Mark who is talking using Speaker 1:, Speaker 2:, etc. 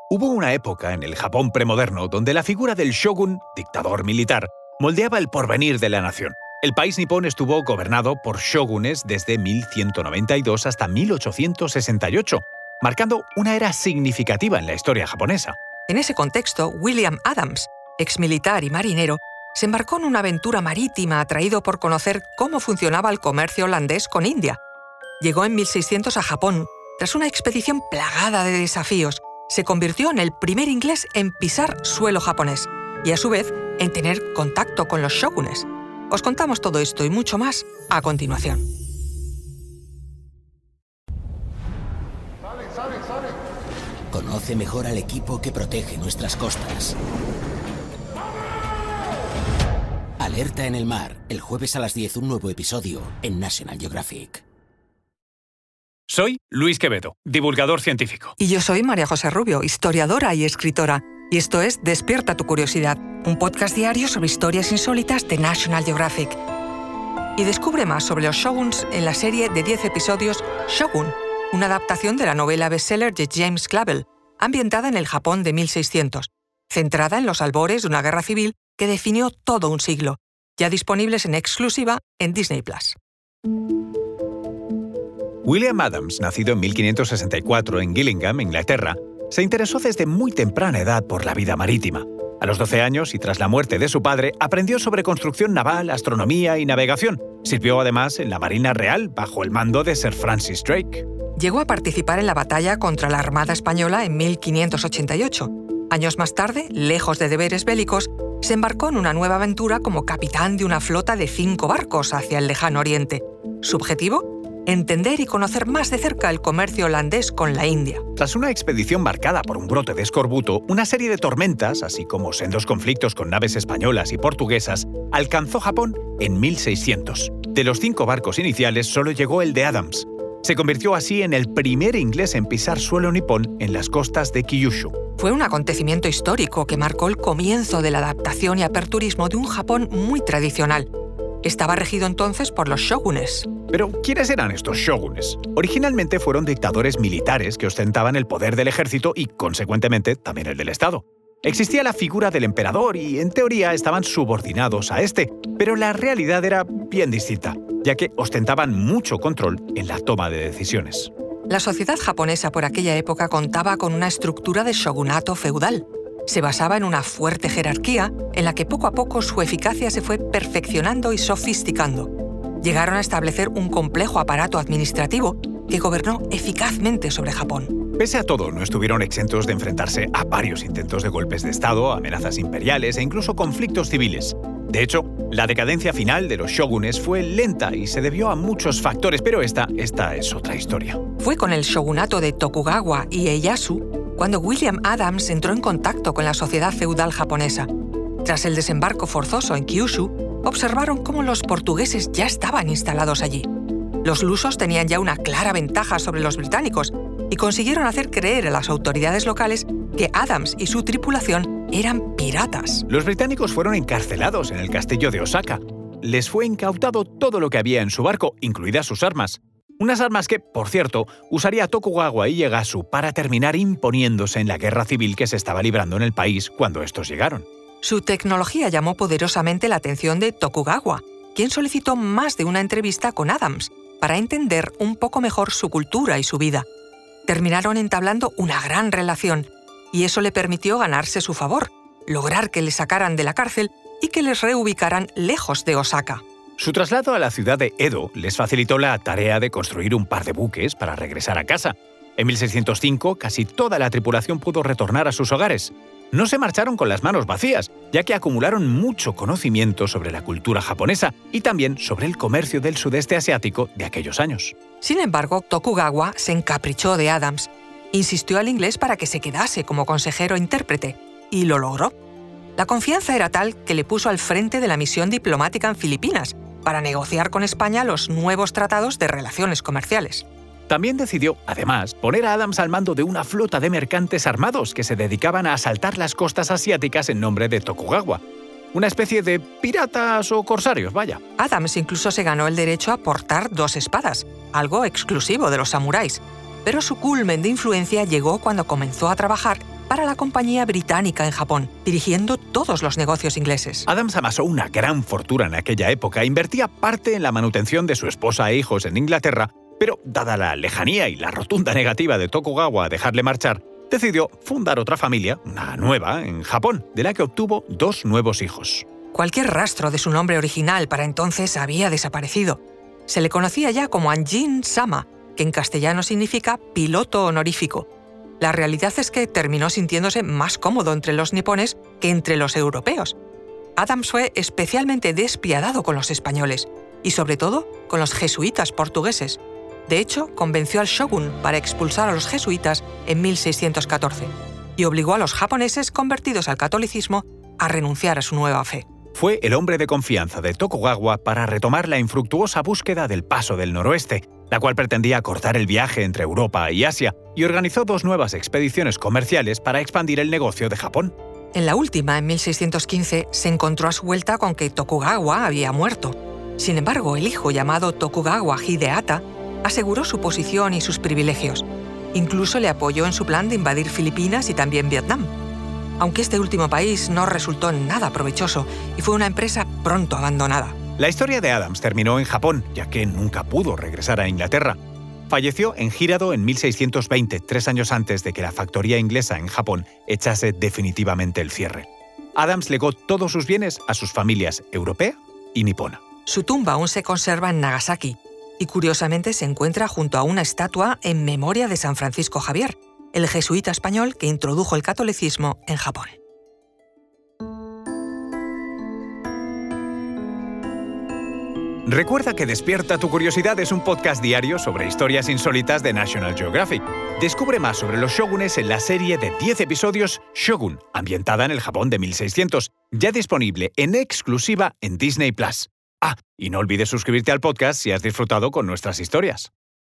Speaker 1: Hubo una época en el Japón premoderno donde la figura del shogun, dictador militar, moldeaba el porvenir de la nación. El país nipón estuvo gobernado por shogunes desde 1192 hasta 1868, marcando una era significativa en la historia japonesa.
Speaker 2: En ese contexto, William Adams, exmilitar y marinero, se embarcó en una aventura marítima atraído por conocer cómo funcionaba el comercio holandés con India. Llegó en 1600 a Japón. Tras una expedición plagada de desafíos, se convirtió en el primer inglés en pisar suelo japonés y, a su vez, en tener contacto con los shogunes. Os contamos todo esto y mucho más a continuación.
Speaker 3: Conoce mejor al equipo que protege nuestras costas. Alerta en el mar. El jueves a las 10, un nuevo episodio en National Geographic.
Speaker 1: Soy Luis Quevedo, divulgador científico.
Speaker 2: Y yo soy María José Rubio, historiadora y escritora. Y esto es Despierta tu curiosidad, un podcast diario sobre historias insólitas de National Geographic. Y descubre más sobre los shoguns en la serie de 10 episodios Shogun, una adaptación de la novela bestseller de James Clavell, ambientada en el Japón de 1600, centrada en los albores de una guerra civil que definió todo un siglo, ya disponibles en exclusiva en Disney+.
Speaker 1: William Adams, nacido en 1564 en Gillingham, Inglaterra, se interesó desde muy temprana edad por la vida marítima. A los 12 años y tras la muerte de su padre, aprendió sobre construcción naval, astronomía y navegación. Sirvió además en la Marina Real bajo el mando de Sir Francis Drake.
Speaker 2: Llegó a participar en la batalla contra la Armada Española en 1588. Años más tarde, lejos de deberes bélicos, se embarcó en una nueva aventura como capitán de una flota de 5 barcos hacia el lejano oriente. Su objetivo: entender y conocer más de cerca el comercio holandés con la India.
Speaker 1: Tras una expedición marcada por un brote de escorbuto, una serie de tormentas, así como sendos conflictos con naves españolas y portuguesas, alcanzó Japón en 1600. De los 5 barcos iniciales, solo llegó el de Adams. Se convirtió así en el primer inglés en pisar suelo nipón en las costas de Kyushu.
Speaker 2: Fue un acontecimiento histórico que marcó el comienzo de la adaptación y aperturismo de un Japón muy tradicional. Estaba regido entonces por los shogunes.
Speaker 1: Pero, ¿quiénes eran estos shogunes? Originalmente fueron dictadores militares que ostentaban el poder del ejército y, consecuentemente, también el del Estado. Existía la figura del emperador y, en teoría, estaban subordinados a este, pero la realidad era bien distinta, ya que ostentaban mucho control en la toma de decisiones.
Speaker 2: La sociedad japonesa por aquella época contaba con una estructura de shogunato feudal. Se basaba en una fuerte jerarquía en la que poco a poco su eficacia se fue perfeccionando y sofisticando. Llegaron a establecer un complejo aparato administrativo que gobernó eficazmente sobre Japón.
Speaker 1: Pese a todo, no estuvieron exentos de enfrentarse a varios intentos de golpes de Estado, amenazas imperiales e incluso conflictos civiles. De hecho, la decadencia final de los shogunes fue lenta y se debió a muchos factores, pero esta es otra historia.
Speaker 2: Fue con el shogunato de Tokugawa y Ieyasu cuando William Adams entró en contacto con la sociedad feudal japonesa. Tras el desembarco forzoso en Kyushu, observaron cómo los portugueses ya estaban instalados allí. Los lusos tenían ya una clara ventaja sobre los británicos y consiguieron hacer creer a las autoridades locales que Adams y su tripulación eran piratas.
Speaker 1: Los británicos fueron encarcelados en el castillo de Osaka. Les fue incautado todo lo que había en su barco, incluidas sus armas. Unas armas que, por cierto, usaría Tokugawa Ieyasu para terminar imponiéndose en la guerra civil que se estaba librando en el país cuando estos llegaron.
Speaker 2: Su tecnología llamó poderosamente la atención de Tokugawa, quien solicitó más de una entrevista con Adams para entender un poco mejor su cultura y su vida. Terminaron entablando una gran relación, y eso le permitió ganarse su favor, lograr que le sacaran de la cárcel y que les reubicaran lejos de Osaka.
Speaker 1: Su traslado a la ciudad de Edo les facilitó la tarea de construir un par de buques para regresar a casa. En 1605, casi toda la tripulación pudo retornar a sus hogares. No se marcharon con las manos vacías, ya que acumularon mucho conocimiento sobre la cultura japonesa y también sobre el comercio del sudeste asiático de aquellos años.
Speaker 2: Sin embargo, Tokugawa se encaprichó de Adams. Insistió al inglés para que se quedase como consejero intérprete, y lo logró. La confianza era tal que le puso al frente de la misión diplomática en Filipinas para negociar con España los nuevos tratados de relaciones comerciales.
Speaker 1: También decidió, además, poner a Adams al mando de una flota de mercantes armados que se dedicaban a asaltar las costas asiáticas en nombre de Tokugawa. Una especie de piratas o corsarios, vaya.
Speaker 2: Adams incluso se ganó el derecho a portar 2 espadas, algo exclusivo de los samuráis. Pero su culmen de influencia llegó cuando comenzó a trabajar para la compañía británica en Japón, dirigiendo todos los negocios ingleses.
Speaker 1: Adams amasó una gran fortuna en aquella época, invertía parte en la manutención de su esposa e hijos en Inglaterra, pero dada la lejanía y la rotunda negativa de Tokugawa a dejarle marchar, decidió fundar otra familia, una nueva, en Japón, de la que obtuvo 2 nuevos hijos.
Speaker 2: Cualquier rastro de su nombre original para entonces había desaparecido. Se le conocía ya como Anjin Sama, que en castellano significa piloto honorífico. La realidad es que terminó sintiéndose más cómodo entre los nipones que entre los europeos. Adams fue especialmente despiadado con los españoles y sobre todo con los jesuitas portugueses. De hecho, convenció al shogun para expulsar a los jesuitas en 1614 y obligó a los japoneses convertidos al catolicismo a renunciar a su nueva fe.
Speaker 1: Fue el hombre de confianza de Tokugawa para retomar la infructuosa búsqueda del Paso del Noroeste, la cual pretendía cortar el viaje entre Europa y Asia, y organizó 2 nuevas expediciones comerciales para expandir el negocio de Japón.
Speaker 2: En la última, en 1615, se encontró a su vuelta con que Tokugawa había muerto. Sin embargo, el hijo llamado Tokugawa Hideata aseguró su posición y sus privilegios. Incluso le apoyó en su plan de invadir Filipinas y también Vietnam. Aunque este último país no resultó nada provechoso y fue una empresa pronto abandonada.
Speaker 1: La historia de Adams terminó en Japón, ya que nunca pudo regresar a Inglaterra. Falleció en Hirado en 1620, 3 años antes de que la factoría inglesa en Japón echase definitivamente el cierre. Adams legó todos sus bienes a sus familias europea y nipona.
Speaker 2: Su tumba aún se conserva en Nagasaki y curiosamente se encuentra junto a una estatua en memoria de San Francisco Javier, el jesuita español que introdujo el catolicismo en Japón.
Speaker 1: Recuerda que Despierta tu Curiosidad es un podcast diario sobre historias insólitas de National Geographic. Descubre más sobre los shogunes en la serie de 10 episodios Shogun, ambientada en el Japón de 1600, ya disponible en exclusiva en Disney+. Y no olvides suscribirte al podcast si has disfrutado con nuestras historias.